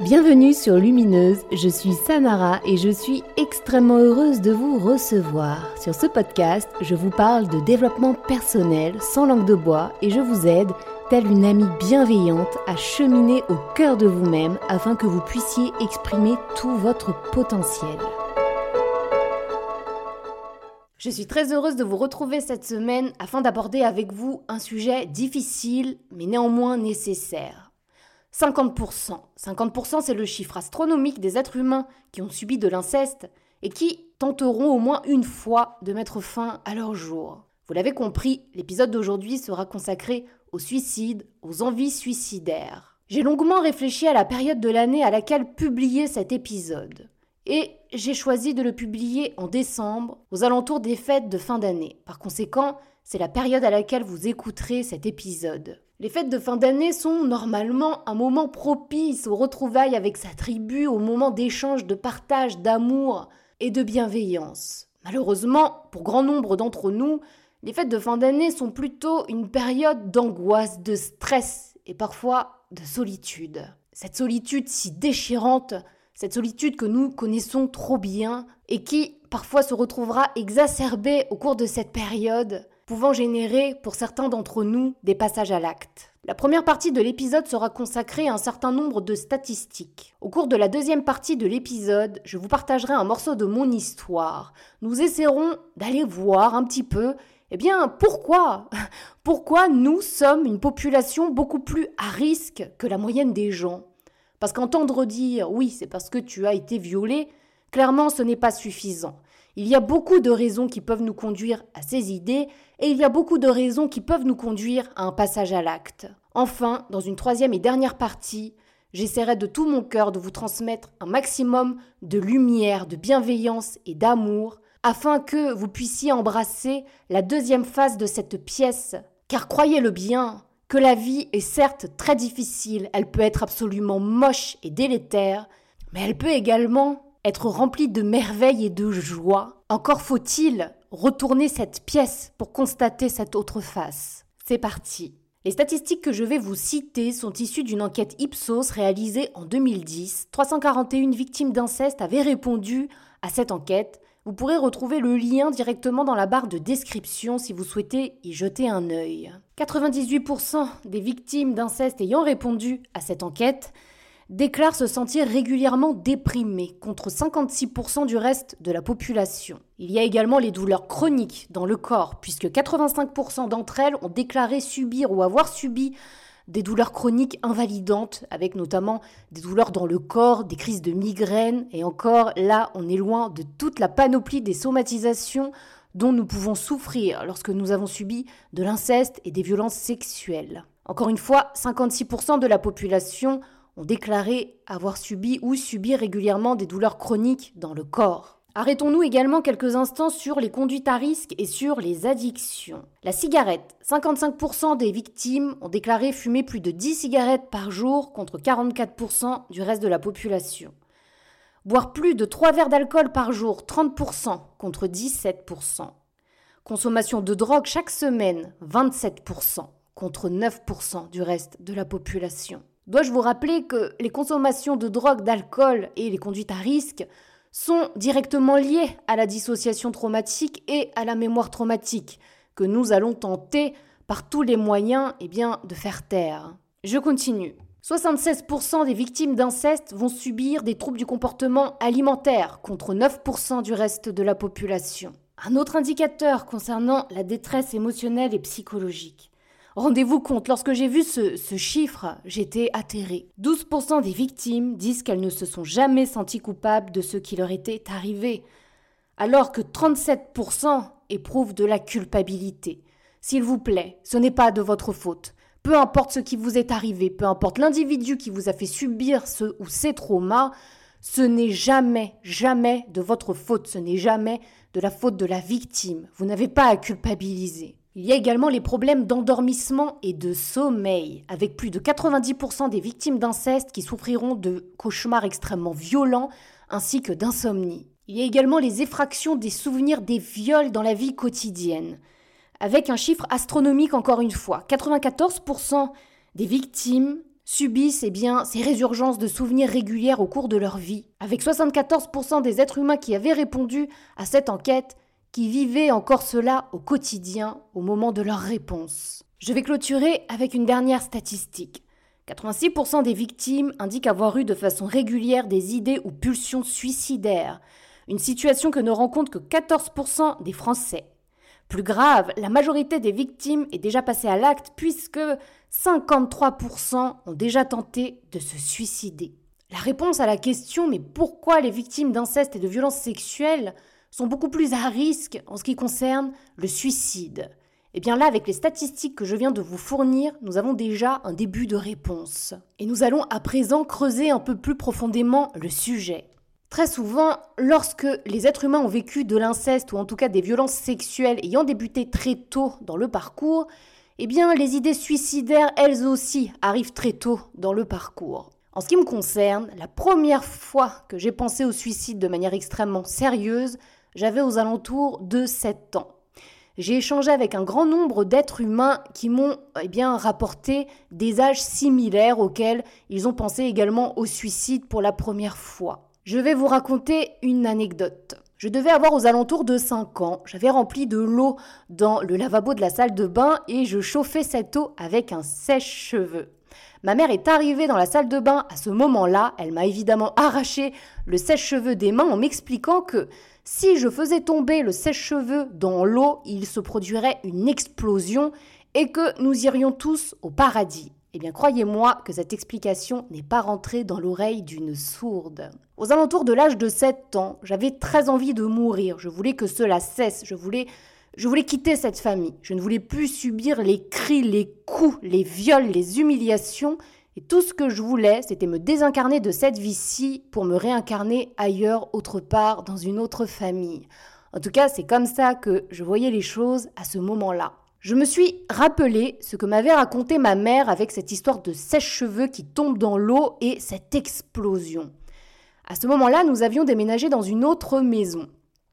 Bienvenue sur Lumineuse, je suis Sanara et je suis extrêmement heureuse de vous recevoir. Sur ce podcast, je vous parle de développement personnel sans langue de bois et je vous aide, telle une amie bienveillante, à cheminer au cœur de vous-même afin que vous puissiez exprimer tout votre potentiel. Je suis très heureuse de vous retrouver cette semaine afin d'aborder avec vous un sujet difficile mais néanmoins nécessaire. 50%. 50%, c'est le chiffre astronomique des êtres humains qui ont subi de l'inceste et qui tenteront au moins une fois de mettre fin à leur jour. Vous l'avez compris, l'épisode d'aujourd'hui sera consacré au suicide, aux envies suicidaires. J'ai longuement réfléchi à la période de l'année à laquelle publier cet épisode. Et j'ai choisi de le publier en décembre, aux alentours des fêtes de fin d'année. Par conséquent, c'est la période à laquelle vous écouterez cet épisode. Les fêtes de fin d'année sont normalement un moment propice aux retrouvailles avec sa tribu, au moment d'échange, de partage, d'amour et de bienveillance. Malheureusement, pour grand nombre d'entre nous, les fêtes de fin d'année sont plutôt une période d'angoisse, de stress et parfois de solitude. Cette solitude si déchirante, cette solitude que nous connaissons trop bien et qui parfois se retrouvera exacerbée au cours de cette période, pouvant générer pour certains d'entre nous des passages à l'acte. La première partie de l'épisode sera consacrée à un certain nombre de statistiques. Au cours de la deuxième partie de l'épisode, je vous partagerai un morceau de mon histoire. Nous essaierons d'aller voir un petit peu, pourquoi nous sommes une population beaucoup plus à risque que la moyenne des gens. Parce qu'entendre dire « oui, c'est parce que tu as été violé », clairement ce n'est pas suffisant. Il y a beaucoup de raisons qui peuvent nous conduire à ces idées et il y a beaucoup de raisons qui peuvent nous conduire à un passage à l'acte. Enfin, dans une troisième et dernière partie, j'essaierai de tout mon cœur de vous transmettre un maximum de lumière, de bienveillance et d'amour afin que vous puissiez embrasser la deuxième phase de cette pièce. Car croyez-le bien, que la vie est certes très difficile, elle peut être absolument moche et délétère, mais elle peut également être remplie de merveilles et de joie. Encore faut-il retourner cette pièce pour constater cette autre face. C'est parti. Les statistiques que je vais vous citer sont issues d'une enquête Ipsos réalisée en 2010. 341 victimes d'inceste avaient répondu à cette enquête. Vous pourrez retrouver le lien directement dans la barre de description si vous souhaitez y jeter un œil. 98% des victimes d'inceste ayant répondu à cette enquête déclarent se sentir régulièrement déprimés, contre 56% du reste de la population. Il y a également les douleurs chroniques dans le corps, puisque 85% d'entre elles ont déclaré subir ou avoir subi des douleurs chroniques invalidantes, avec notamment des douleurs dans le corps, des crises de migraine, et encore là, on est loin de toute la panoplie des somatisations dont nous pouvons souffrir lorsque nous avons subi de l'inceste et des violences sexuelles. Encore une fois, 56% de la population ont déclaré avoir subi ou subir régulièrement des douleurs chroniques dans le corps. Arrêtons-nous également quelques instants sur les conduites à risque et sur les addictions. La cigarette, 55% des victimes ont déclaré fumer plus de 10 cigarettes par jour contre 44% du reste de la population. Boire plus de 3 verres d'alcool par jour, 30% contre 17%. Consommation de drogue chaque semaine, 27% contre 9% du reste de la population. Dois-je vous rappeler que les consommations de drogue, d'alcool et les conduites à risque sont directement liées à la dissociation traumatique et à la mémoire traumatique que nous allons tenter par tous les moyens de faire taire. Je continue. 76% des victimes d'inceste vont subir des troubles du comportement alimentaire contre 9% du reste de la population. Un autre indicateur concernant la détresse émotionnelle et psychologique. Rendez-vous compte, lorsque j'ai vu ce chiffre, j'étais atterrée. 12% des victimes disent qu'elles ne se sont jamais senties coupables de ce qui leur était arrivé, alors que 37% éprouvent de la culpabilité. S'il vous plaît, ce n'est pas de votre faute. Peu importe ce qui vous est arrivé, peu importe l'individu qui vous a fait subir ce ou ces traumas, ce n'est jamais de votre faute, ce n'est jamais de la faute de la victime. Vous n'avez pas à culpabiliser. Il y a également les problèmes d'endormissement et de sommeil, avec plus de 90% des victimes d'inceste qui souffriront de cauchemars extrêmement violents ainsi que d'insomnie. Il y a également les effractions des souvenirs des viols dans la vie quotidienne, avec un chiffre astronomique encore une fois. 94% des victimes subissent ces résurgences de souvenirs régulières au cours de leur vie. Avec 74% des êtres humains qui avaient répondu à cette enquête, qui vivaient encore cela au quotidien au moment de leur réponse. Je vais clôturer avec une dernière statistique. 86% des victimes indiquent avoir eu de façon régulière des idées ou pulsions suicidaires, une situation que ne rencontrent que 14% des Français. Plus grave, la majorité des victimes est déjà passée à l'acte puisque 53% ont déjà tenté de se suicider. La réponse à la question « mais pourquoi les victimes d'inceste et de violences sexuelles sont beaucoup plus à risque en ce qui concerne le suicide ?» Eh bien là, avec les statistiques que je viens de vous fournir, nous avons déjà un début de réponse. Et nous allons à présent creuser un peu plus profondément le sujet. Très souvent, lorsque les êtres humains ont vécu de l'inceste ou en tout cas des violences sexuelles ayant débuté très tôt dans le parcours, eh bien les idées suicidaires, elles aussi, arrivent très tôt dans le parcours. En ce qui me concerne, la première fois que j'ai pensé au suicide de manière extrêmement sérieuse, j'avais aux alentours de 7 ans. J'ai échangé avec un grand nombre d'êtres humains qui m'ont rapporté des âges similaires auxquels ils ont pensé également au suicide pour la première fois. Je vais vous raconter une anecdote. Je devais avoir aux alentours de 5 ans. J'avais rempli de l'eau dans le lavabo de la salle de bain et je chauffais cette eau avec un sèche-cheveux. Ma mère est arrivée dans la salle de bain à ce moment-là. Elle m'a évidemment arraché le sèche-cheveux des mains en m'expliquant que si je faisais tomber le sèche-cheveux dans l'eau, il se produirait une explosion et que nous irions tous au paradis. Eh bien, croyez-moi que cette explication n'est pas rentrée dans l'oreille d'une sourde. Aux alentours de l'âge de 7 ans, j'avais très envie de mourir. Je voulais que cela cesse. Je voulais quitter cette famille. Je ne voulais plus subir les cris, les coups, les viols, les humiliations. Et tout ce que je voulais, c'était me désincarner de cette vie-ci pour me réincarner ailleurs, autre part, dans une autre famille. En tout cas, c'est comme ça que je voyais les choses à ce moment-là. Je me suis rappelé ce que m'avait raconté ma mère avec cette histoire de sèche-cheveux qui tombe dans l'eau et cette explosion. À ce moment-là, nous avions déménagé dans une autre maison.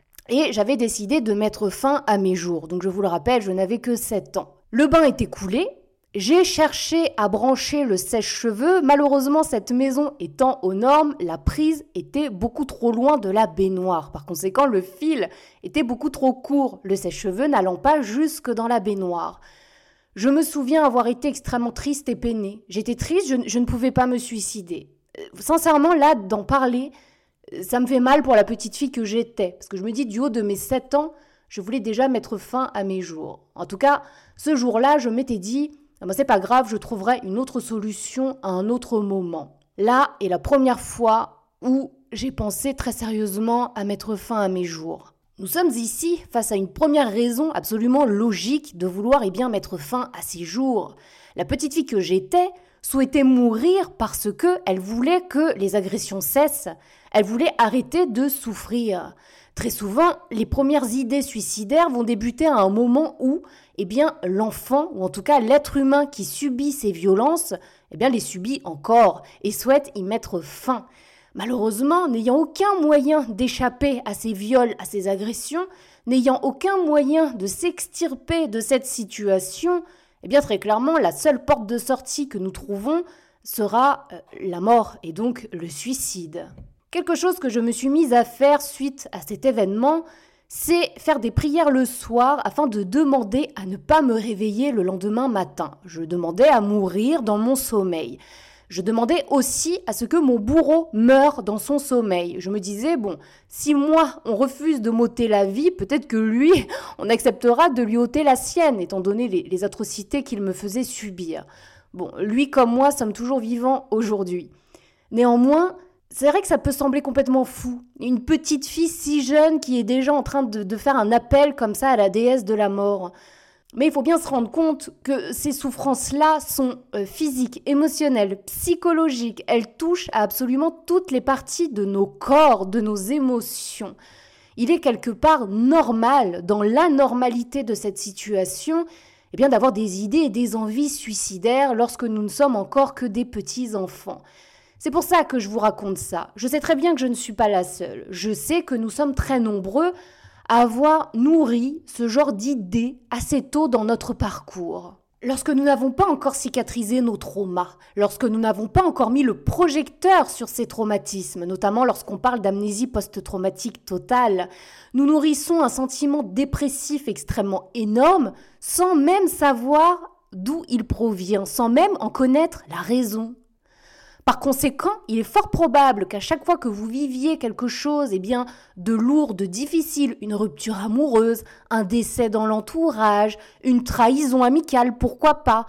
Et j'avais décidé de mettre fin à mes jours. Donc je vous le rappelle, je n'avais que 7 ans. Le bain était coulé. J'ai cherché à brancher le sèche-cheveux. Malheureusement, cette maison étant aux normes, la prise était beaucoup trop loin de la baignoire. Par conséquent, le fil était beaucoup trop court, le sèche-cheveux n'allant pas jusque dans la baignoire. Je me souviens avoir été extrêmement triste et peinée. J'étais triste, je ne pouvais pas me suicider. Sincèrement, là, d'en parler, ça me fait mal pour la petite fille que j'étais. Parce que je me dis, du haut de mes 7 ans, je voulais déjà mettre fin à mes jours. En tout cas, ce jour-là, je m'étais dit... c'est pas grave, je trouverai une autre solution à un autre moment. Là est la première fois où j'ai pensé très sérieusement à mettre fin à mes jours. Nous sommes ici face à une première raison absolument logique de vouloir mettre fin à ses jours. La petite fille que j'étais souhaitait mourir parce qu'elle voulait que les agressions cessent. Elle voulait arrêter de souffrir. Très souvent, les premières idées suicidaires vont débuter à un moment où l'enfant, ou en tout cas l'être humain qui subit ces violences, les subit encore et souhaite y mettre fin. Malheureusement, n'ayant aucun moyen d'échapper à ces viols, à ces agressions, n'ayant aucun moyen de s'extirper de cette situation, très clairement, la seule porte de sortie que nous trouvons sera la mort et donc le suicide. Quelque chose que je me suis mise à faire suite à cet événement, c'est faire des prières le soir afin de demander à ne pas me réveiller le lendemain matin. Je demandais à mourir dans mon sommeil. Je demandais aussi à ce que mon bourreau meure dans son sommeil. Je me disais, si moi, on refuse de m'ôter la vie, peut-être que lui, on acceptera de lui ôter la sienne, étant donné les atrocités qu'il me faisait subir. Lui comme moi sommes toujours vivants aujourd'hui. Néanmoins, c'est vrai que ça peut sembler complètement fou. Une petite fille si jeune qui est déjà en train de faire un appel comme ça à la déesse de la mort. Mais il faut bien se rendre compte que ces souffrances-là sont physiques, émotionnelles, psychologiques. Elles touchent à absolument toutes les parties de nos corps, de nos émotions. Il est quelque part normal, dans l'anormalité de cette situation, d'avoir des idées et des envies suicidaires lorsque nous ne sommes encore que des petits enfants. C'est pour ça que je vous raconte ça. Je sais très bien que je ne suis pas la seule. Je sais que nous sommes très nombreux à avoir nourri ce genre d'idées assez tôt dans notre parcours. Lorsque nous n'avons pas encore cicatrisé nos traumas, lorsque nous n'avons pas encore mis le projecteur sur ces traumatismes, notamment lorsqu'on parle d'amnésie post-traumatique totale, nous nourrissons un sentiment dépressif extrêmement énorme sans même savoir d'où il provient, sans même en connaître la raison. Par conséquent, il est fort probable qu'à chaque fois que vous viviez quelque chose de lourd, de difficile, une rupture amoureuse, un décès dans l'entourage, une trahison amicale, pourquoi pas,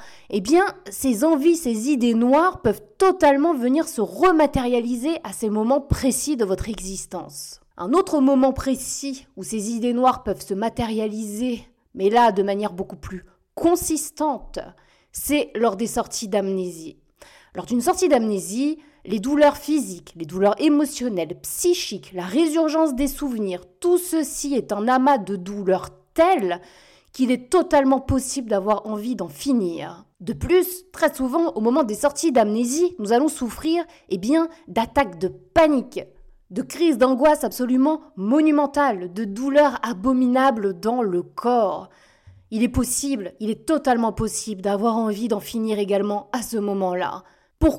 ces envies, ces idées noires peuvent totalement venir se rematérialiser à ces moments précis de votre existence. Un autre moment précis où ces idées noires peuvent se matérialiser, mais là de manière beaucoup plus consistante, c'est lors des sorties d'amnésie. Lors d'une sortie d'amnésie, les douleurs physiques, les douleurs émotionnelles, psychiques, la résurgence des souvenirs, tout ceci est un amas de douleurs telles qu'il est totalement possible d'avoir envie d'en finir. De plus, très souvent, au moment des sorties d'amnésie, nous allons souffrir d'attaques de panique, de crises d'angoisse absolument monumentales, de douleurs abominables dans le corps. Il est totalement possible d'avoir envie d'en finir également à ce moment-là. Pourquoi ?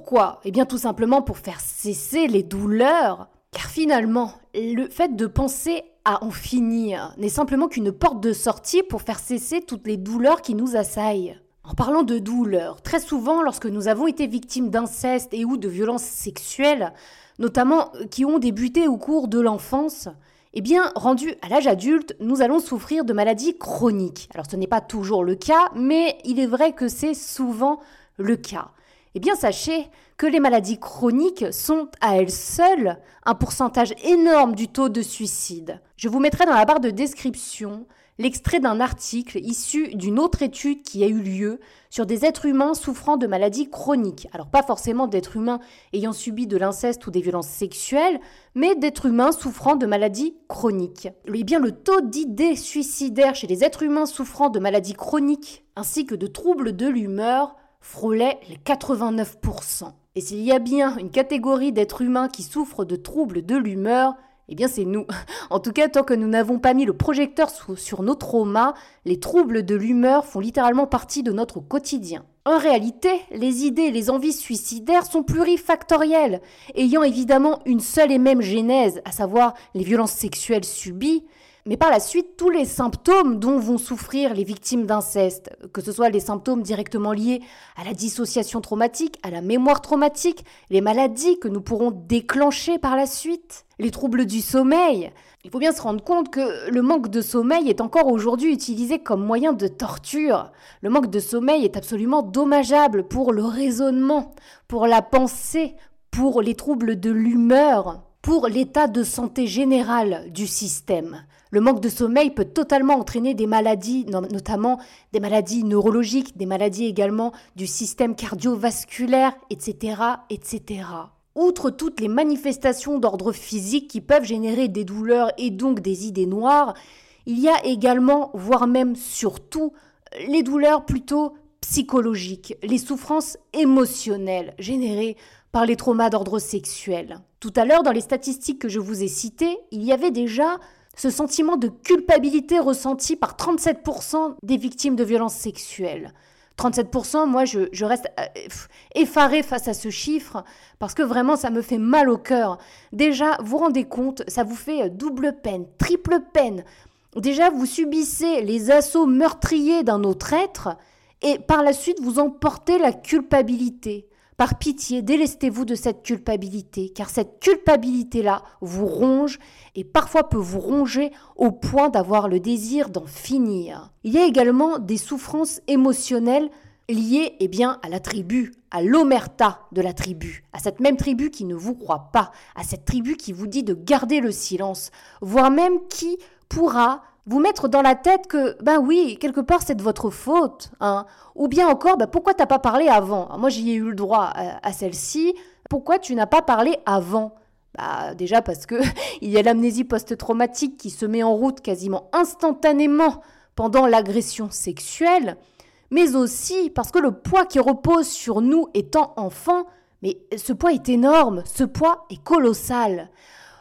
Tout simplement pour faire cesser les douleurs. Car finalement, le fait de penser à en finir n'est simplement qu'une porte de sortie pour faire cesser toutes les douleurs qui nous assaillent. En parlant de douleurs, très souvent lorsque nous avons été victimes d'inceste et ou de violences sexuelles, notamment qui ont débuté au cours de l'enfance, rendu à l'âge adulte, nous allons souffrir de maladies chroniques. Alors ce n'est pas toujours le cas, mais il est vrai que c'est souvent le cas. Sachez que les maladies chroniques sont à elles seules un pourcentage énorme du taux de suicide. Je vous mettrai dans la barre de description l'extrait d'un article issu d'une autre étude qui a eu lieu sur des êtres humains souffrant de maladies chroniques. Alors pas forcément d'êtres humains ayant subi de l'inceste ou des violences sexuelles, mais d'êtres humains souffrant de maladies chroniques. Le taux d'idées suicidaires chez les êtres humains souffrant de maladies chroniques ainsi que de troubles de l'humeur frôlait les 89%. Et s'il y a bien une catégorie d'êtres humains qui souffrent de troubles de l'humeur, c'est nous. En tout cas, tant que nous n'avons pas mis le projecteur sur nos traumas, les troubles de l'humeur font littéralement partie de notre quotidien. En réalité, les idées et les envies suicidaires sont plurifactorielles, ayant évidemment une seule et même genèse, à savoir les violences sexuelles subies, mais par la suite, tous les symptômes dont vont souffrir les victimes d'inceste, que ce soit les symptômes directement liés à la dissociation traumatique, à la mémoire traumatique, les maladies que nous pourrons déclencher par la suite, les troubles du sommeil. Il faut bien se rendre compte que le manque de sommeil est encore aujourd'hui utilisé comme moyen de torture. Le manque de sommeil est absolument dommageable pour le raisonnement, pour la pensée, pour les troubles de l'humeur, pour l'état de santé général du système. Le manque de sommeil peut totalement entraîner des maladies, notamment des maladies neurologiques, des maladies également du système cardiovasculaire, etc., etc. Outre toutes les manifestations d'ordre physique qui peuvent générer des douleurs et donc des idées noires, il y a également, voire même surtout, les douleurs plutôt psychologiques, les souffrances émotionnelles générées par les traumas d'ordre sexuel. Tout à l'heure, dans les statistiques que je vous ai citées, il y avait déjà ce sentiment de culpabilité ressenti par 37% des victimes de violences sexuelles. 37%, moi je reste effarée face à ce chiffre parce que vraiment ça me fait mal au cœur. Déjà, vous vous rendez compte, ça vous fait double peine, triple peine. Déjà, vous subissez les assauts meurtriers d'un autre être et par la suite vous en portez la culpabilité. Par pitié, délestez-vous de cette culpabilité, car cette culpabilité-là vous ronge et parfois peut vous ronger au point d'avoir le désir d'en finir. Il y a également des souffrances émotionnelles liées à la tribu, à l'omerta de la tribu, à cette même tribu qui ne vous croit pas, à cette tribu qui vous dit de garder le silence, voire même qui pourra vous mettre dans la tête que, oui, quelque part c'est de votre faute, hein. Ou bien encore, pourquoi t'as pas parlé avant ? Moi j'y ai eu le droit à celle-ci, pourquoi tu n'as pas parlé avant ? Déjà parce que il y a l'amnésie post-traumatique qui se met en route quasiment instantanément pendant l'agression sexuelle, mais aussi parce que le poids qui repose sur nous étant enfants, mais ce poids est énorme, ce poids est colossal.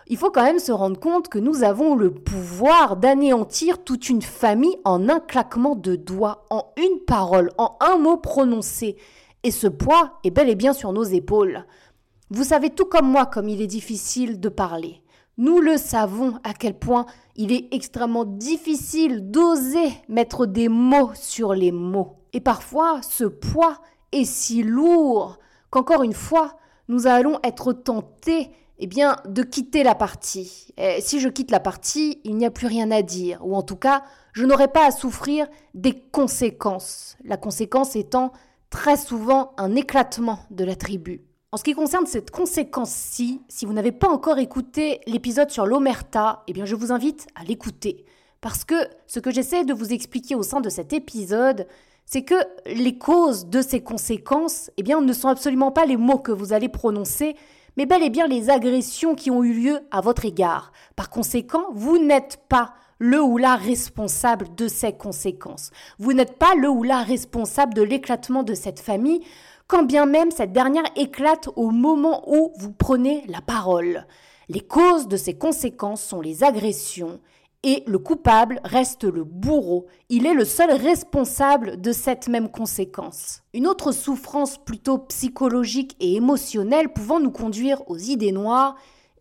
il faut quand même se rendre compte que nous avons le pouvoir d'anéantir toute une famille en un claquement de doigts, en une parole, en un mot prononcé. Et ce poids est bel et bien sur nos épaules. Vous savez tout comme moi comme il est difficile de parler. Nous le savons à quel point il est extrêmement difficile d'oser mettre des mots sur les mots. Et parfois, ce poids est si lourd qu'encore une fois, nous allons être tentés de quitter la partie. Et si je quitte la partie, il n'y a plus rien à dire. Ou en tout cas, je n'aurai pas à souffrir des conséquences. La conséquence étant très souvent un éclatement de la tribu. En ce qui concerne cette conséquence-ci, si vous n'avez pas encore écouté l'épisode sur l'omerta, je vous invite à l'écouter. Parce que ce que j'essaie de vous expliquer au sein de cet épisode, c'est que les causes de ces conséquences, ne sont absolument pas les mots que vous allez prononcer, mais bel et bien les agressions qui ont eu lieu à votre égard. Par conséquent, vous n'êtes pas le ou la responsable de ces conséquences. Vous n'êtes pas le ou la responsable de l'éclatement de cette famille, quand bien même cette dernière éclate au moment où vous prenez la parole. Les causes de ces conséquences sont les agressions et le coupable reste le bourreau. Il est le seul responsable de cette même conséquence. Une autre souffrance plutôt psychologique et émotionnelle pouvant nous conduire aux idées noires,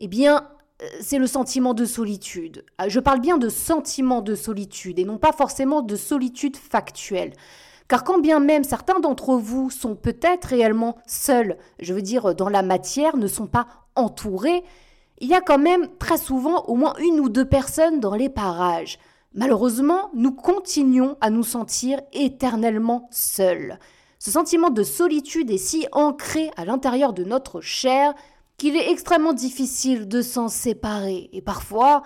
c'est le sentiment de solitude. Je parle bien de sentiment de solitude et non pas forcément de solitude factuelle. Car quand bien même certains d'entre vous sont peut-être réellement seuls, dans la matière, ne sont pas entourés, il y a quand même très souvent au moins une ou deux personnes dans les parages. Malheureusement, nous continuons à nous sentir éternellement seuls. Ce sentiment de solitude est si ancré à l'intérieur de notre chair qu'il est extrêmement difficile de s'en séparer. Et parfois,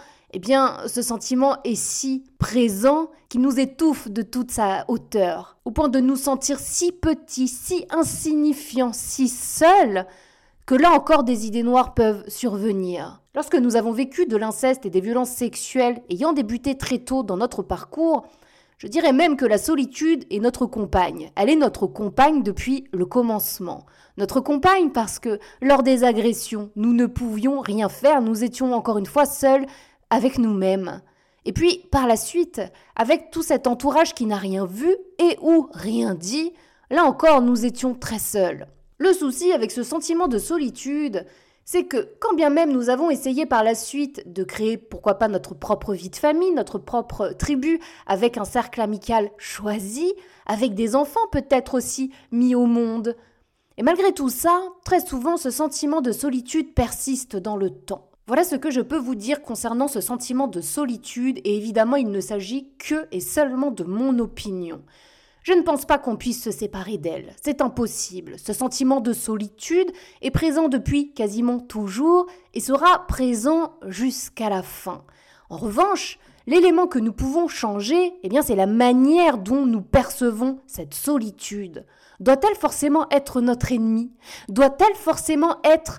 ce sentiment est si présent qu'il nous étouffe de toute sa hauteur, au point de nous sentir si petits, si insignifiants, si seuls, que là encore des idées noires peuvent survenir. Lorsque nous avons vécu de l'inceste et des violences sexuelles ayant débuté très tôt dans notre parcours, je dirais même que la solitude est notre compagne. Elle est notre compagne depuis le commencement. Notre compagne parce que lors des agressions, nous ne pouvions rien faire, nous étions encore une fois seuls avec nous-mêmes. Et puis, par la suite, avec tout cet entourage qui n'a rien vu et ou rien dit, là encore, nous étions très seuls. Le souci avec ce sentiment de solitude, c'est que quand bien même nous avons essayé par la suite de créer, pourquoi pas, notre propre vie de famille, notre propre tribu, avec un cercle amical choisi, avec des enfants peut-être aussi mis au monde, et malgré tout ça, très souvent, ce sentiment de solitude persiste dans le temps. Voilà ce que je peux vous dire concernant ce sentiment de solitude, et évidemment, il ne s'agit que et seulement de mon opinion. Je ne pense pas qu'on puisse se séparer d'elle, c'est impossible. Ce sentiment de solitude est présent depuis quasiment toujours et sera présent jusqu'à la fin. En revanche, l'élément que nous pouvons changer, c'est la manière dont nous percevons cette solitude. Doit-elle forcément être notre ennemi ? Doit-elle forcément être,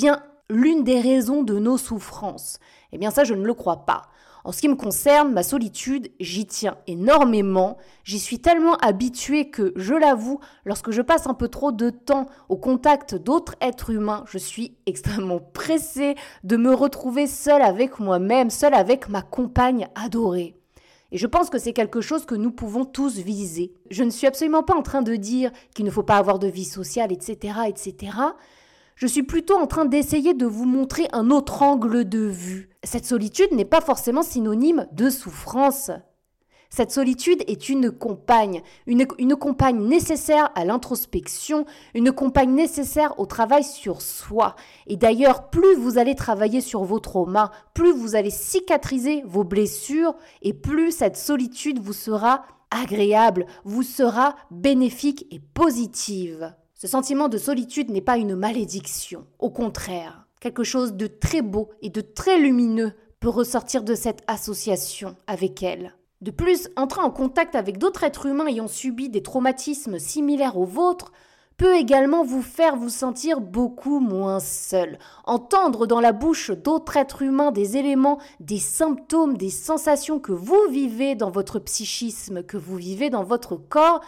l'une des raisons de nos souffrances ? Ça, je ne le crois pas. En ce qui me concerne, ma solitude, j'y tiens énormément. J'y suis tellement habituée que, je l'avoue, lorsque je passe un peu trop de temps au contact d'autres êtres humains, je suis extrêmement pressée de me retrouver seule avec moi-même, seule avec ma compagne adorée. Et je pense que c'est quelque chose que nous pouvons tous viser. Je ne suis absolument pas en train de dire qu'il ne faut pas avoir de vie sociale, etc., etc. Je suis plutôt en train d'essayer de vous montrer un autre angle de vue. Cette solitude n'est pas forcément synonyme de souffrance. Cette solitude est une compagne nécessaire à l'introspection, une compagne nécessaire au travail sur soi. Et d'ailleurs, plus vous allez travailler sur vos traumas, plus vous allez cicatriser vos blessures, et plus cette solitude vous sera agréable, vous sera bénéfique et positive. Ce sentiment de solitude n'est pas une malédiction, au contraire. Quelque chose de très beau et de très lumineux peut ressortir de cette association avec elle. De plus, entrer en contact avec d'autres êtres humains ayant subi des traumatismes similaires aux vôtres peut également vous faire vous sentir beaucoup moins seul. Entendre dans la bouche d'autres êtres humains des éléments, des symptômes, des sensations que vous vivez dans votre psychisme, que vous vivez dans votre corps,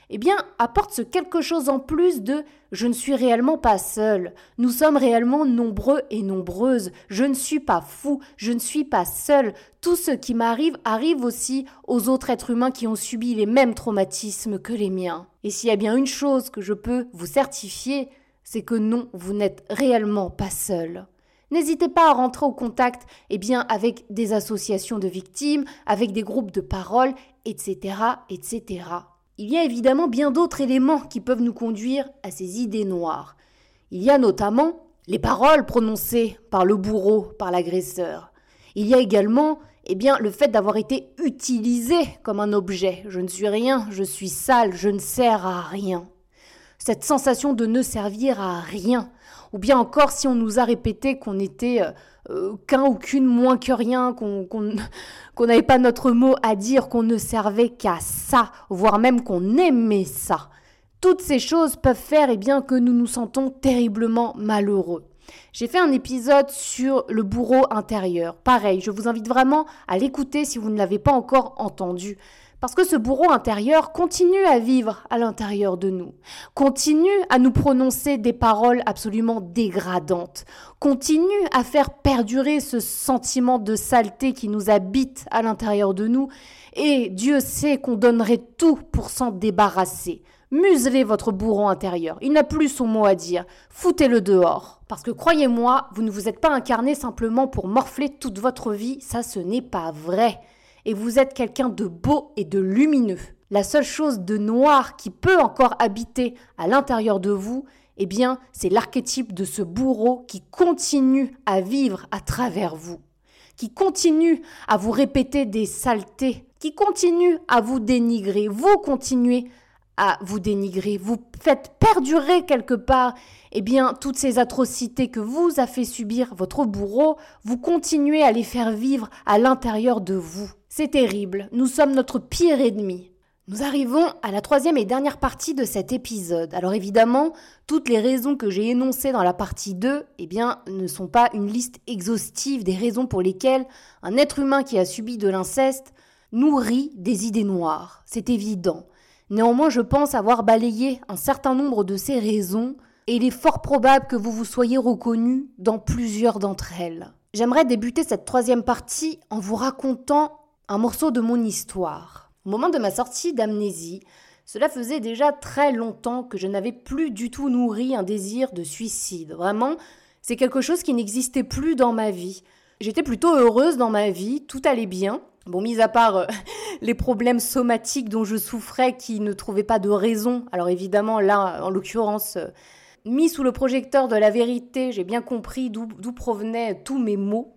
eh bien, apporte ce quelque chose en plus de « je ne suis réellement pas seul, nous sommes réellement nombreux et nombreuses, je ne suis pas fou, je ne suis pas seul, tout ce qui m'arrive arrive aussi aux autres êtres humains qui ont subi les mêmes traumatismes que les miens. » Et s'il y a bien une chose que je peux vous certifier, c'est que non, vous n'êtes réellement pas seul. N'hésitez pas à rentrer au contact avec des associations de victimes, avec des groupes de parole, etc., etc. Il y a évidemment bien d'autres éléments qui peuvent nous conduire à ces idées noires. Il y a notamment les paroles prononcées par le bourreau, par l'agresseur. Il y a également le fait d'avoir été utilisé comme un objet. Je ne suis rien, je suis sale, je ne sers à rien. Cette sensation de ne servir à rien. Ou bien encore si on nous a répété qu'on était qu'un ou qu'une moins que rien, qu'on n'avait pas notre mot à dire, qu'on ne servait qu'à ça, voire même qu'on aimait ça. Toutes ces choses peuvent faire que nous nous sentons terriblement malheureux. J'ai fait un épisode sur le bourreau intérieur. Pareil, je vous invite vraiment à l'écouter si vous ne l'avez pas encore entendu. Parce que ce bourreau intérieur continue à vivre à l'intérieur de nous, continue à nous prononcer des paroles absolument dégradantes, continue à faire perdurer ce sentiment de saleté qui nous habite à l'intérieur de nous, et Dieu sait qu'on donnerait tout pour s'en débarrasser. Muselez votre bourreau intérieur, il n'a plus son mot à dire, foutez-le dehors. Parce que croyez-moi, vous ne vous êtes pas incarné simplement pour morfler toute votre vie, ça ce n'est pas vrai. Et vous êtes quelqu'un de beau et de lumineux. La seule chose de noir qui peut encore habiter à l'intérieur de vous, c'est l'archétype de ce bourreau qui continue à vivre à travers vous, qui continue à vous répéter des saletés, qui continue à vous dénigrer. Vous continuez à vous dénigrer, vous faites perdurer quelque part toutes ces atrocités que vous a fait subir votre bourreau, vous continuez à les faire vivre à l'intérieur de vous. C'est terrible, nous sommes notre pire ennemi. Nous arrivons à la troisième et dernière partie de cet épisode. Alors évidemment, toutes les raisons que j'ai énoncées dans la partie 2, ne sont pas une liste exhaustive des raisons pour lesquelles un être humain qui a subi de l'inceste nourrit des idées noires. C'est évident. Néanmoins, je pense avoir balayé un certain nombre de ces raisons et il est fort probable que vous vous soyez reconnu dans plusieurs d'entre elles. J'aimerais débuter cette troisième partie en vous racontant un morceau de mon histoire. Au moment de ma sortie d'amnésie, cela faisait déjà très longtemps que je n'avais plus du tout nourri un désir de suicide. Vraiment, c'est quelque chose qui n'existait plus dans ma vie. J'étais plutôt heureuse dans ma vie, tout allait bien. Bon, mis à part les problèmes somatiques dont je souffrais qui ne trouvaient pas de raison. Alors évidemment, là, en l'occurrence, mis sous le projecteur de la vérité, j'ai bien compris d'où provenaient tous mes maux.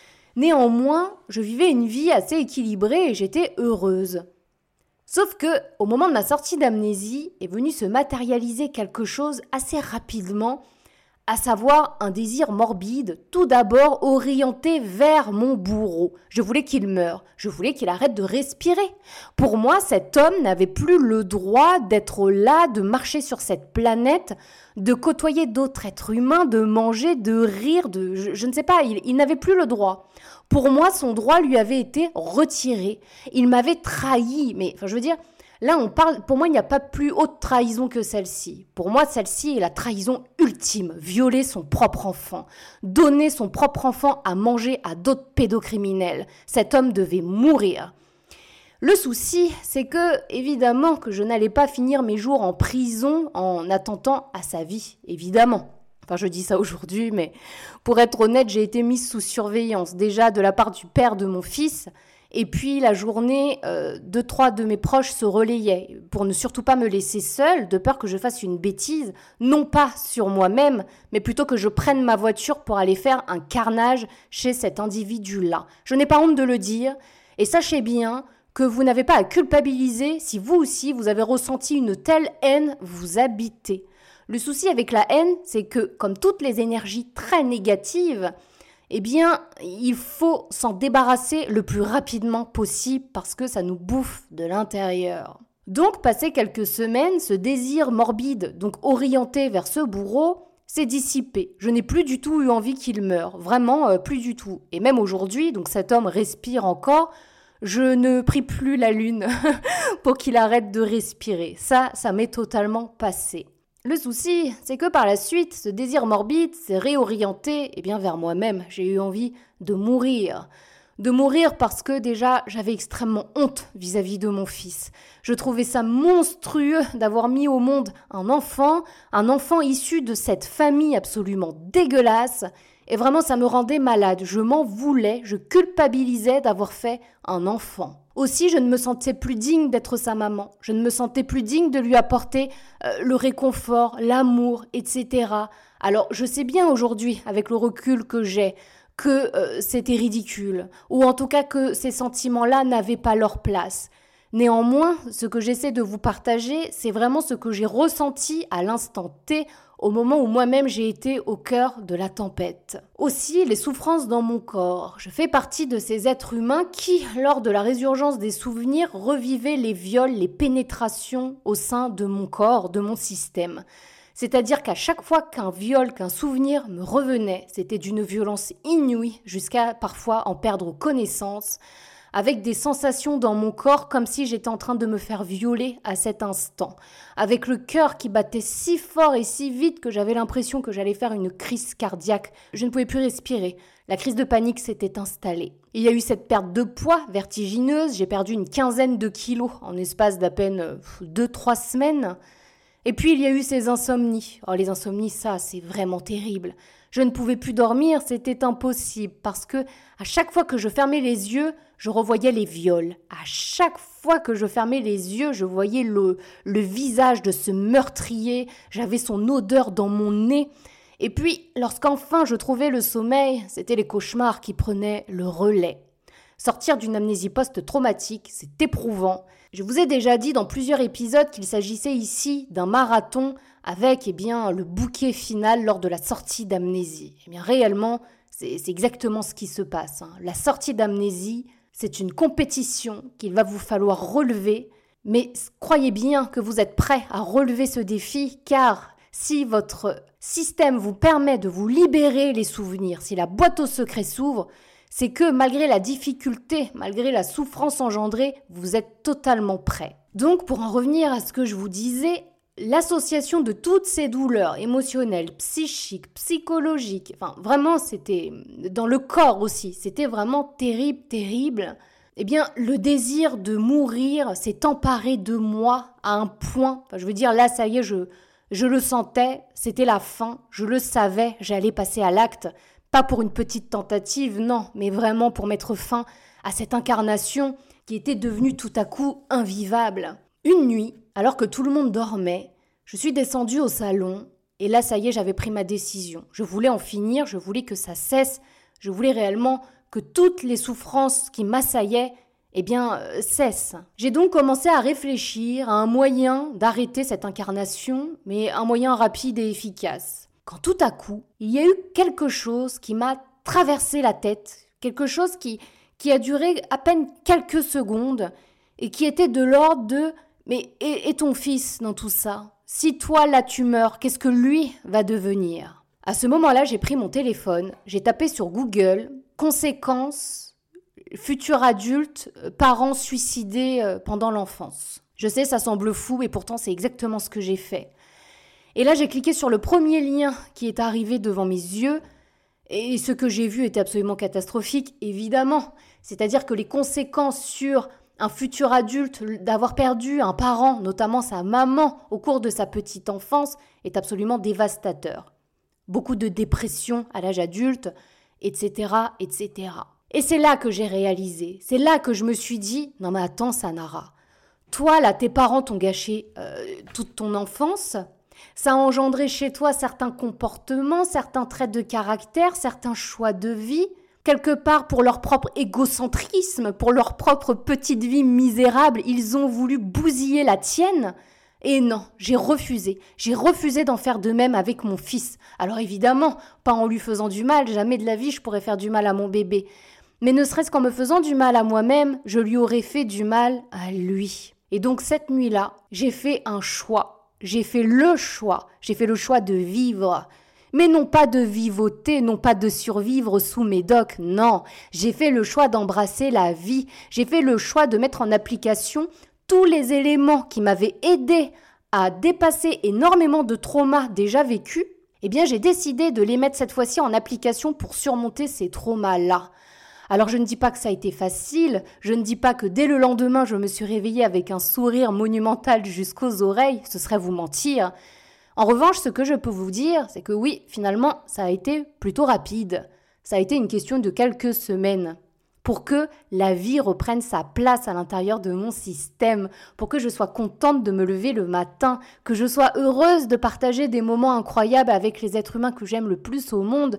Néanmoins, je vivais une vie assez équilibrée et j'étais heureuse. Sauf que, au moment de ma sortie d'amnésie, est venu se matérialiser quelque chose assez rapidement, à savoir un désir morbide, tout d'abord orienté vers mon bourreau. Je voulais qu'il meure, je voulais qu'il arrête de respirer. Pour moi, cet homme n'avait plus le droit d'être là, de marcher sur cette planète, de côtoyer d'autres êtres humains, de manger, de rire, je ne sais pas, il n'avait plus le droit. Pour moi, son droit lui avait été retiré. Il m'avait trahi, mais je veux dire... Là, on parle, pour moi, il n'y a pas plus haute trahison que celle-ci. Pour moi, celle-ci est la trahison ultime. Violer son propre enfant. Donner son propre enfant à manger à d'autres pédocriminels. Cet homme devait mourir. Le souci, c'est que, évidemment, que je n'allais pas finir mes jours en prison en attentant à sa vie. Évidemment. Enfin, je dis ça aujourd'hui, mais pour être honnête, j'ai été mise sous surveillance. Déjà de la part du père de mon fils. Et puis la journée, 2-3 de mes proches se relayaient pour ne surtout pas me laisser seule, de peur que je fasse une bêtise, non pas sur moi-même, mais plutôt que je prenne ma voiture pour aller faire un carnage chez cet individu-là. Je n'ai pas honte de le dire, et sachez bien que vous n'avez pas à culpabiliser si vous aussi vous avez ressenti une telle haine vous habitez. Le souci avec la haine, c'est que, comme toutes les énergies très négatives, il faut s'en débarrasser le plus rapidement possible parce que ça nous bouffe de l'intérieur. Donc, passé quelques semaines, ce désir morbide, donc orienté vers ce bourreau, s'est dissipé. Je n'ai plus du tout eu envie qu'il meure, vraiment plus du tout. Et même aujourd'hui, donc cet homme respire encore, Je ne prie plus la lune pour qu'il arrête de respirer. Ça m'est totalement passé. Le souci, c'est que par la suite, ce désir morbide s'est réorienté vers moi-même. J'ai eu envie de mourir. De mourir parce que déjà, j'avais extrêmement honte vis-à-vis de mon fils. Je trouvais ça monstrueux d'avoir mis au monde un enfant issu de cette famille absolument dégueulasse. Et vraiment, ça me rendait malade. Je m'en voulais, je culpabilisais d'avoir fait un enfant. Aussi, je ne me sentais plus digne d'être sa maman. Je ne me sentais plus digne de lui apporter le réconfort, l'amour, etc. Alors, je sais bien aujourd'hui, avec le recul que j'ai, que c'était ridicule, ou en tout cas que ces sentiments-là n'avaient pas leur place. Néanmoins, ce que j'essaie de vous partager, c'est vraiment ce que j'ai ressenti à l'instant T, au moment où moi-même j'ai été au cœur de la tempête. Aussi, les souffrances dans mon corps. Je fais partie de ces êtres humains qui, lors de la résurgence des souvenirs, revivaient les viols, les pénétrations au sein de mon corps, de mon système. C'est-à-dire qu'à chaque fois qu'un viol, qu'un souvenir me revenait, c'était d'une violence inouïe, jusqu'à parfois en perdre connaissance, avec des sensations dans mon corps comme si j'étais en train de me faire violer à cet instant, avec le cœur qui battait si fort et si vite que j'avais l'impression que j'allais faire une crise cardiaque. Je ne pouvais plus respirer. La crise de panique s'était installée. Il y a eu cette perte de poids vertigineuse, j'ai perdu une 15aine de kilos en espace d'à peine 2-3 semaines. Et puis il y a eu ces insomnies. Oh, les insomnies, ça, c'est vraiment terrible. Je ne pouvais plus dormir, c'était impossible, parce que à chaque fois que je fermais les yeux, je revoyais les viols. À chaque fois que je fermais les yeux, je voyais le visage de ce meurtrier, j'avais son odeur dans mon nez. Et puis, lorsqu'enfin je trouvais le sommeil, c'était les cauchemars qui prenaient le relais. Sortir d'une amnésie post-traumatique, c'est éprouvant. Je vous ai déjà dit dans plusieurs épisodes qu'il s'agissait ici d'un marathon avec le bouquet final lors de la sortie d'amnésie. Réellement, c'est exactement ce qui se passe. La sortie d'amnésie, c'est une compétition qu'il va vous falloir relever, mais croyez bien que vous êtes prêt à relever ce défi, car si votre système vous permet de vous libérer les souvenirs, si la boîte aux secrets s'ouvre, c'est que malgré la difficulté, malgré la souffrance engendrée, vous êtes totalement prêt. Donc, pour en revenir à ce que je vous disais, l'association de toutes ces douleurs émotionnelles, psychiques, psychologiques, vraiment c'était dans le corps aussi, c'était vraiment terrible, terrible. Le désir de mourir s'est emparé de moi à un point, là ça y est, je le sentais, c'était la fin, je le savais, j'allais passer à l'acte. Pas pour une petite tentative, non, mais vraiment pour mettre fin à cette incarnation qui était devenue tout à coup invivable. Une nuit, alors que tout le monde dormait, je suis descendue au salon et là, ça y est, j'avais pris ma décision. Je voulais en finir, je voulais que ça cesse, je voulais réellement que toutes les souffrances qui m'assaillaient cessent. J'ai donc commencé à réfléchir à un moyen d'arrêter cette incarnation, mais un moyen rapide et efficace. Quand tout à coup, il y a eu quelque chose qui m'a traversé la tête, quelque chose qui a duré à peine quelques secondes et qui était de l'ordre de « Mais et ton fils dans tout ça ? Si toi, là, tu meurs, qu'est-ce que lui va devenir ?» À ce moment-là, j'ai pris mon téléphone, j'ai tapé sur Google « Conséquences, futur adulte, parents suicidés pendant l'enfance ». Je sais, ça semble fou et pourtant c'est exactement ce que j'ai fait. Et là, j'ai cliqué sur le premier lien qui est arrivé devant mes yeux et ce que j'ai vu était absolument catastrophique, évidemment. C'est-à-dire que les conséquences sur un futur adulte d'avoir perdu un parent, notamment sa maman, au cours de sa petite enfance, est absolument dévastateur. Beaucoup de dépression à l'âge adulte, etc., etc. Et c'est là que j'ai réalisé, c'est là que je me suis dit « Non mais attends Sanara, toi là, tes parents t'ont gâché toute ton enfance ». Ça a engendré chez toi certains comportements, certains traits de caractère, certains choix de vie, quelque part pour leur propre égocentrisme, pour leur propre petite vie misérable, ils ont voulu bousiller la tienne. Et non, j'ai refusé d'en faire de même avec mon fils. Alors évidemment, pas en lui faisant du mal, jamais de la vie je pourrais faire du mal à mon bébé. Mais ne serait-ce qu'en me faisant du mal à moi-même, je lui aurais fait du mal à lui. Et donc cette nuit-là, j'ai fait un choix. J'ai fait le choix de vivre. Mais non pas de vivoter, non pas de survivre sous médoc, non. J'ai fait le choix d'embrasser la vie. J'ai fait le choix de mettre en application tous les éléments qui m'avaient aidé à dépasser énormément de traumas déjà vécus. Eh bien, j'ai décidé de les mettre cette fois-ci en application pour surmonter ces traumas-là. Alors, je ne dis pas que ça a été facile, je ne dis pas que dès le lendemain, je me suis réveillée avec un sourire monumental jusqu'aux oreilles, ce serait vous mentir. En revanche, ce que je peux vous dire, c'est que oui, finalement, ça a été plutôt rapide. Ça a été une question de quelques semaines pour que la vie reprenne sa place à l'intérieur de mon système, pour que je sois contente de me lever le matin, que je sois heureuse de partager des moments incroyables avec les êtres humains que j'aime le plus au monde,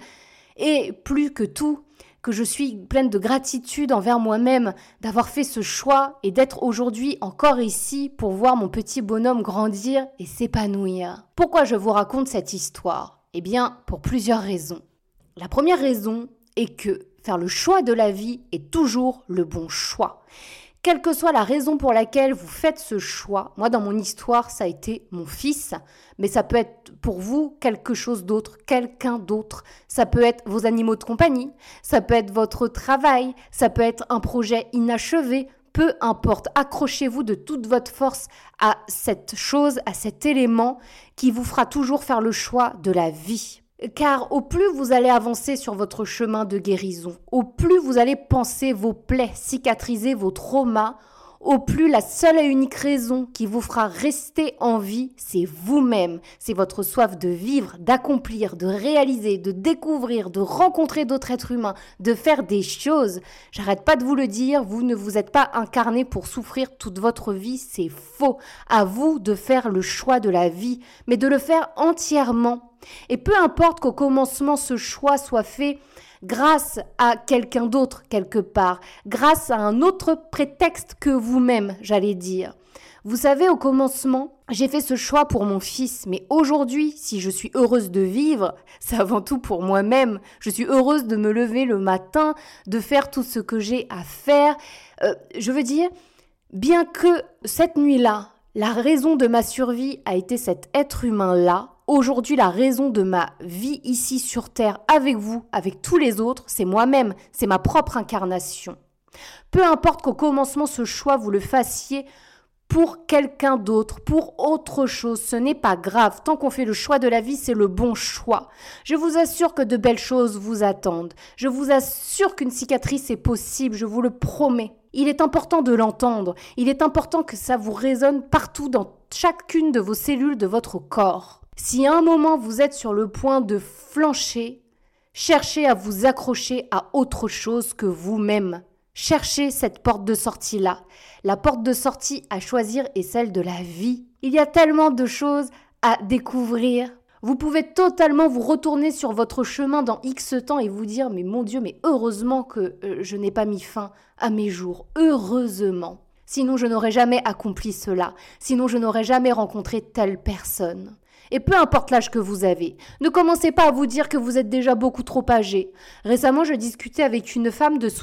et plus que tout, que je suis pleine de gratitude envers moi-même d'avoir fait ce choix et d'être aujourd'hui encore ici pour voir mon petit bonhomme grandir et s'épanouir. Pourquoi je vous raconte cette histoire ? Eh bien, pour plusieurs raisons. La première raison est que faire le choix de la vie est toujours le bon choix. Quelle que soit la raison pour laquelle vous faites ce choix, moi dans mon histoire ça a été mon fils, mais ça peut être pour vous quelque chose d'autre, quelqu'un d'autre. Ça peut être vos animaux de compagnie, ça peut être votre travail, ça peut être un projet inachevé, peu importe. Accrochez-vous de toute votre force à cette chose, à cet élément qui vous fera toujours faire le choix de la vie. Car au plus vous allez avancer sur votre chemin de guérison, au plus vous allez penser vos plaies, cicatriser vos traumas, au plus la seule et unique raison qui vous fera rester en vie, c'est vous-même. C'est votre soif de vivre, d'accomplir, de réaliser, de découvrir, de rencontrer d'autres êtres humains, de faire des choses. J'arrête pas de vous le dire, vous ne vous êtes pas incarné pour souffrir toute votre vie, c'est faux. À vous de faire le choix de la vie, mais de le faire entièrement. Et peu importe qu'au commencement ce choix soit fait grâce à quelqu'un d'autre quelque part, grâce à un autre prétexte que vous-même, j'allais dire. Vous savez, au commencement, j'ai fait ce choix pour mon fils, mais aujourd'hui, si je suis heureuse de vivre, c'est avant tout pour moi-même. Je suis heureuse de me lever le matin, de faire tout ce que j'ai à faire. Je veux dire, bien que cette nuit-là, la raison de ma survie a été cet être humain-là, aujourd'hui, la raison de ma vie ici sur Terre, avec vous, avec tous les autres, c'est moi-même, c'est ma propre incarnation. Peu importe qu'au commencement, ce choix, vous le fassiez pour quelqu'un d'autre, pour autre chose, ce n'est pas grave. Tant qu'on fait le choix de la vie, c'est le bon choix. Je vous assure que de belles choses vous attendent. Je vous assure qu'une cicatrice est possible, je vous le promets. Il est important de l'entendre. Il est important que ça vous résonne partout dans chacune de vos cellules de votre corps. Si à un moment vous êtes sur le point de flancher, cherchez à vous accrocher à autre chose que vous-même. Cherchez cette porte de sortie-là. La porte de sortie à choisir est celle de la vie. Il y a tellement de choses à découvrir. Vous pouvez totalement vous retourner sur votre chemin dans X temps et vous dire « Mais mon Dieu, mais heureusement que je n'ai pas mis fin à mes jours. Heureusement. Sinon, je n'aurais jamais accompli cela. Sinon, je n'aurais jamais rencontré telle personne. » Et peu importe l'âge que vous avez, ne commencez pas à vous dire que vous êtes déjà beaucoup trop âgé. Récemment, je discutais avec une femme de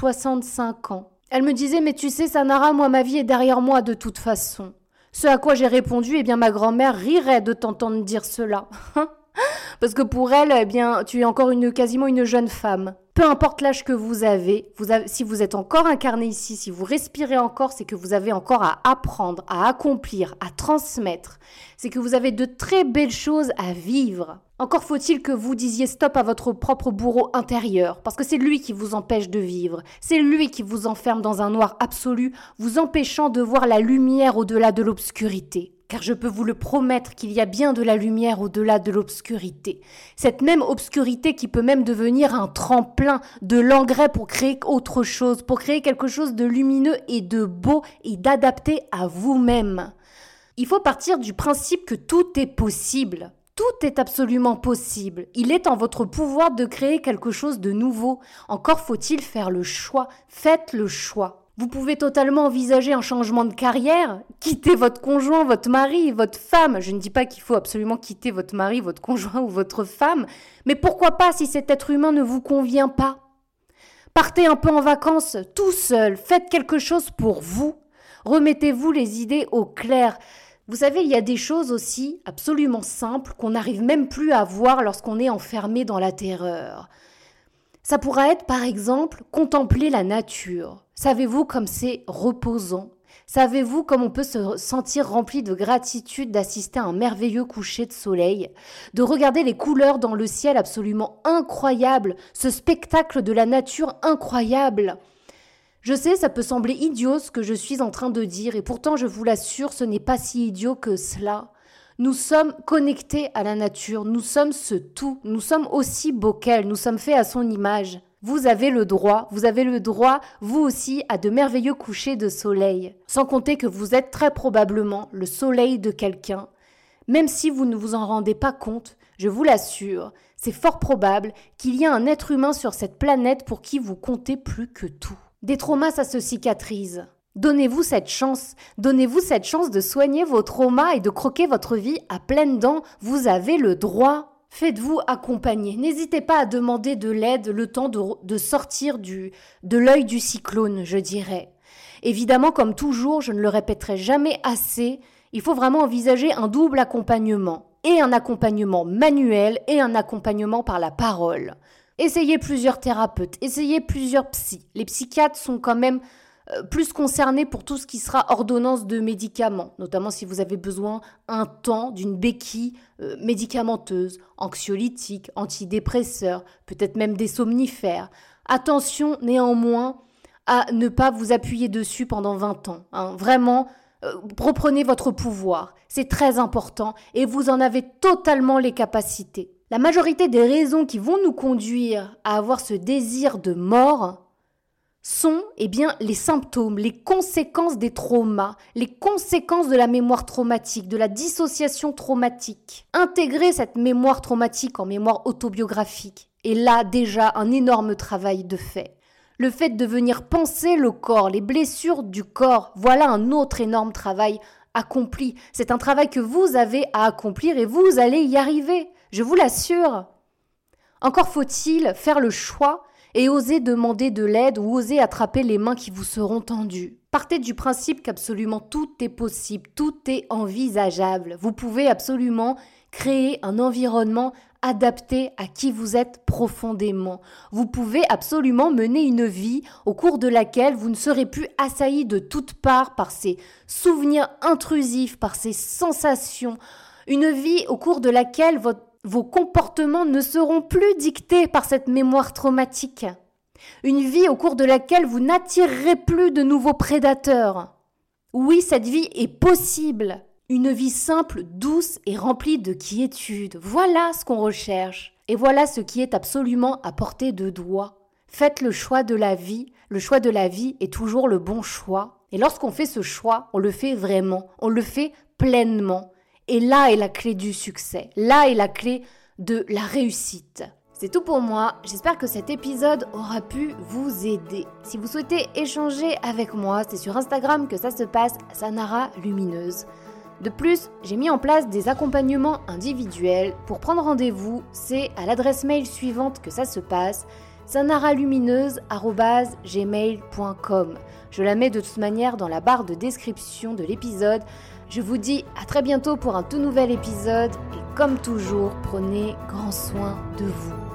65 ans. Elle me disait « Mais tu sais, Sanara, moi, ma vie est derrière moi de toute façon. » Ce à quoi j'ai répondu, eh bien, ma grand-mère rirait de t'entendre dire cela. Parce que pour elle, eh bien, tu es encore quasiment une jeune femme. Peu importe l'âge que vous avez, si vous êtes encore incarné ici, si vous respirez encore, c'est que vous avez encore à apprendre, à accomplir, à transmettre. C'est que vous avez de très belles choses à vivre. Encore faut-il que vous disiez stop à votre propre bourreau intérieur, parce que c'est lui qui vous empêche de vivre. C'est lui qui vous enferme dans un noir absolu, vous empêchant de voir la lumière au-delà de l'obscurité. Car je peux vous le promettre qu'il y a bien de la lumière au-delà de l'obscurité. Cette même obscurité qui peut même devenir un tremplin, de l'engrais pour créer autre chose, pour créer quelque chose de lumineux et de beau et d'adapté à vous-même. Il faut partir du principe que tout est possible. Tout est absolument possible. Il est en votre pouvoir de créer quelque chose de nouveau. Encore faut-il faire le choix. Faites le choix. Vous pouvez totalement envisager un changement de carrière, quitter votre conjoint, votre mari, votre femme. Je ne dis pas qu'il faut absolument quitter votre mari, votre conjoint ou votre femme, mais pourquoi pas si cet être humain ne vous convient pas ? Partez un peu en vacances tout seul, faites quelque chose pour vous. Remettez-vous les idées au clair. Vous savez, il y a des choses aussi absolument simples qu'on n'arrive même plus à voir lorsqu'on est enfermé dans la terreur. Ça pourra être par exemple contempler la nature. Savez-vous comme c'est reposant ? Savez-vous comme on peut se sentir rempli de gratitude d'assister à un merveilleux coucher de soleil, de regarder les couleurs dans le ciel absolument incroyable, ce spectacle de la nature incroyable ? Je sais, ça peut sembler idiot ce que je suis en train de dire, et pourtant je vous l'assure, ce n'est pas si idiot que cela. Nous sommes connectés à la nature, nous sommes ce tout, nous sommes aussi beaux qu'elle, nous sommes faits à son image. Vous avez le droit, vous aussi, à de merveilleux couchers de soleil. Sans compter que vous êtes très probablement le soleil de quelqu'un. Même si vous ne vous en rendez pas compte, je vous l'assure, c'est fort probable qu'il y ait un être humain sur cette planète pour qui vous comptez plus que tout. Des traumas, ça se cicatrise. Donnez-vous cette chance de soigner vos traumas et de croquer votre vie à pleines dents. Vous avez le droit. Faites-vous accompagner. N'hésitez pas à demander de l'aide le temps de sortir de l'œil du cyclone, je dirais. Évidemment, comme toujours, je ne le répéterai jamais assez, il faut vraiment envisager un double accompagnement. Et un accompagnement manuel et un accompagnement par la parole. Essayez plusieurs thérapeutes, essayez plusieurs psys. Les psychiatres sont quand même plus concernés pour tout ce qui sera ordonnance de médicaments, notamment si vous avez besoin un temps d'une béquille médicamenteuse, anxiolytique, antidépresseur, peut-être même des somnifères. Attention néanmoins à ne pas vous appuyer dessus pendant 20 ans. Vraiment, reprenez votre pouvoir, c'est très important et vous en avez totalement les capacités. La majorité des raisons qui vont nous conduire à avoir ce désir de mort sont les symptômes, les conséquences des traumas, les conséquences de la mémoire traumatique, de la dissociation traumatique. Intégrer cette mémoire traumatique en mémoire autobiographique est là déjà un énorme travail de fait. Le fait de venir penser le corps, les blessures du corps, voilà un autre énorme travail accompli. C'est un travail que vous avez à accomplir et vous allez y arriver, je vous l'assure. Encore faut-il faire le choix et oser demander de l'aide ou oser attraper les mains qui vous seront tendues. Partez du principe qu'absolument tout est possible, tout est envisageable. Vous pouvez absolument créer un environnement adapté à qui vous êtes profondément. Vous pouvez absolument mener une vie au cours de laquelle vous ne serez plus assailli de toutes parts par ces souvenirs intrusifs, par ces sensations. Une vie au cours de laquelle vos comportements ne seront plus dictés par cette mémoire traumatique. Une vie au cours de laquelle vous n'attirerez plus de nouveaux prédateurs. Oui, cette vie est possible. Une vie simple, douce et remplie de quiétude. Voilà ce qu'on recherche. Et voilà ce qui est absolument à portée de doigt. Faites le choix de la vie. Le choix de la vie est toujours le bon choix. Et lorsqu'on fait ce choix, on le fait vraiment. On le fait pleinement. Et là est la clé du succès, là est la clé de la réussite. C'est tout pour moi, j'espère que cet épisode aura pu vous aider. Si vous souhaitez échanger avec moi, c'est sur Instagram que ça se passe, Sanara Lumineuse. De plus, j'ai mis en place des accompagnements individuels. Pour prendre rendez-vous, c'est à l'adresse mail suivante que ça se passe, sanaralumineuse@gmail.com. Je la mets de toute manière dans la barre de description de l'épisode. Je vous dis à très bientôt pour un tout nouvel épisode et comme toujours, prenez grand soin de vous.